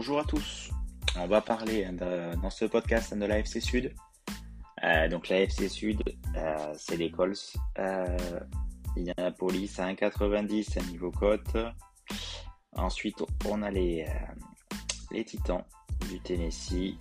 Bonjour à tous. On va parler dans ce podcast de l'AFC Sud. Donc l'AFC Sud, c'est les Colts, Indianapolis à 1,90 à niveau cote. Ensuite, on a les Titans du Tennessee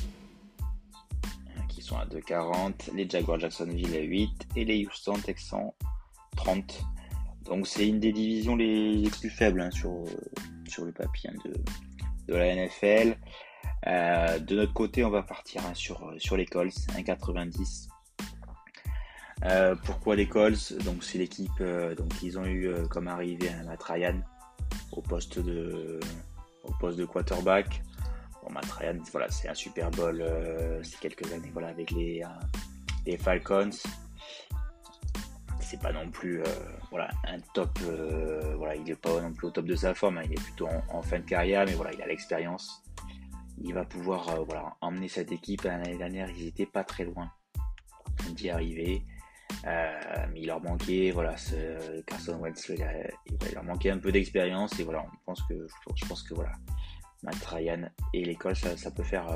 qui sont à 2,40, les Jaguars Jacksonville à 8 et les Houston Texans 30. Donc c'est une des divisions les plus faibles sur le papier de la NFL. De notre côté, on va partir sur les Colts, 1,90. Pourquoi les Colts? Donc c'est l'équipe, donc ils ont eu comme arrivée Matt Ryan au poste de quarterback. Bon, Matt Ryan, voilà, c'est un Super Bowl, c'est quelques années, voilà, avec les Falcons. C'est pas non plus un top, il est pas non plus au top de sa forme, hein, il est plutôt en fin de carrière, mais voilà, il a l'expérience. Il va pouvoir emmener cette équipe. L'année dernière, ils étaient pas très loin d'y arriver, mais il leur manquait, Carson Wentz, il leur manquait un peu d'expérience, et voilà, je pense que voilà, Matt Ryan et l'école, ça peut faire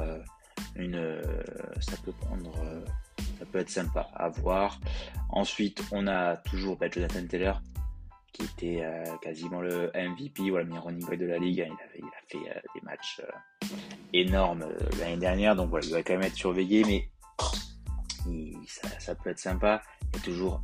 ça peut être sympa à voir. Ensuite, on a toujours Jonathan Taylor, qui était quasiment le MVP, meilleur running back de la ligue. Il a fait des matchs énormes l'année dernière, donc voilà, il va quand même être surveillé, mais ça peut être sympa. Il y a toujours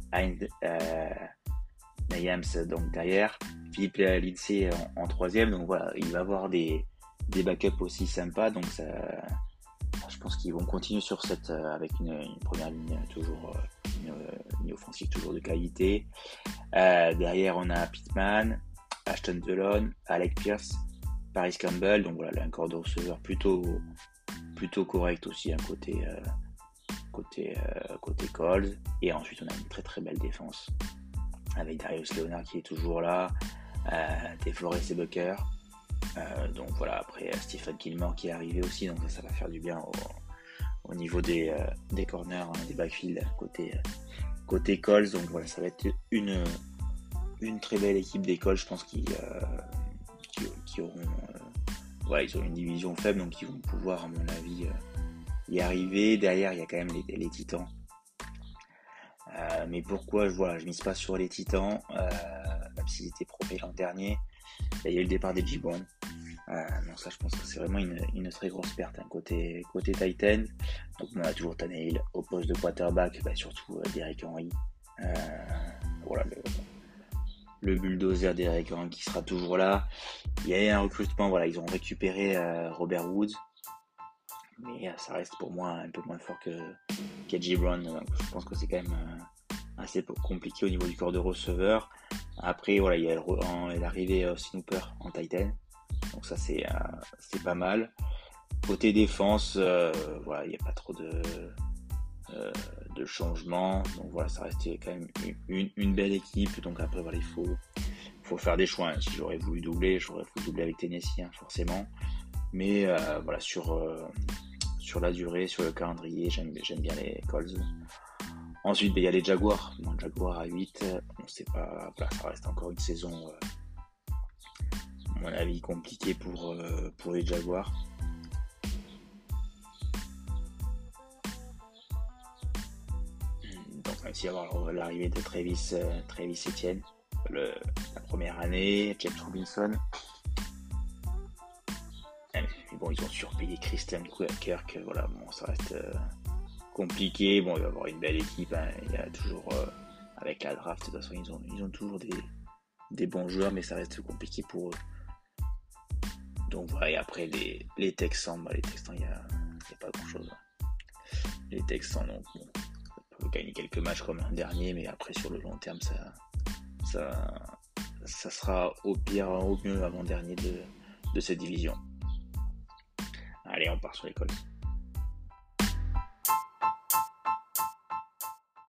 Nayams donc derrière, Philippe Lindsay en troisième, donc voilà, il va avoir des backups aussi sympas, donc ça, je pense qu'ils vont continuer sur cette avec une première ligne toujours une offensive toujours de qualité. Derrière, on a Pittman, Ashton Delon, Alec Pierce, Paris Campbell, donc voilà, un corps de receveur plutôt correct aussi, un côté Colts. Et ensuite, on a une très très belle défense avec Darius Leonard qui est toujours là, DeForest et Bucker. Donc voilà, après Stephen Gilmore qui est arrivé aussi, donc ça va faire du bien au niveau des corners, hein, des backfields côté Colts. Donc voilà, ça va être une très belle équipe des Colts. Je pense qu'ils auront ils ont une division faible, donc ils vont pouvoir, à mon avis, y arriver. Derrière, il y a quand même les Titans. Mais pourquoi je mise pas sur les Titans, même s'ils étaient promis l'an dernier. Il y a eu le départ des Gibbon. Donc ça, je pense que c'est vraiment une très grosse perte, hein, côté Titans. Donc on a toujours Tannehill au poste de quarterback, surtout Derrick Henry. Le bulldozer Derrick Henry qui sera toujours là. Il y a eu un recrutement, ils ont récupéré Robert Woods, mais ça reste pour moi un peu moins fort que KJ Brown. Je pense que c'est quand même assez compliqué au niveau du corps de receveur. Après, il y a l'arrivée Snooper en Titan. Donc ça, c'est pas mal. Côté défense, il n'y a pas trop de changements. Donc voilà, ça restait quand même une belle équipe. Donc après, il faut faire des choix, hein. Si j'aurais voulu doubler, j'aurais voulu doubler avec Tennessee, hein, forcément. Mais sur la durée, sur le calendrier, j'aime bien les Colts. Ensuite, il y a les Jaguars. Bon, Jaguars à 8, on sait pas, ça reste encore une saison, à mon avis, compliquée pour les Jaguars. Donc, même s'il y a l'arrivée de Travis Etienne, la première année, James Robinson. Mais bon, ils ont surpayé Christian Kirk, ça reste compliqué. Bon, il va y avoir une belle équipe, hein. Il y a toujours avec la draft, de toute façon ils ont toujours des bons joueurs, mais ça reste compliqué pour eux. Donc voilà, et après les Texans, il y a pas grand chose. Les Texans, donc bon, ça peut gagner quelques matchs comme l'an dernier, mais après sur le long terme, ça sera au pire, au mieux avant-dernier de cette division. Allez, on part sur les Colts.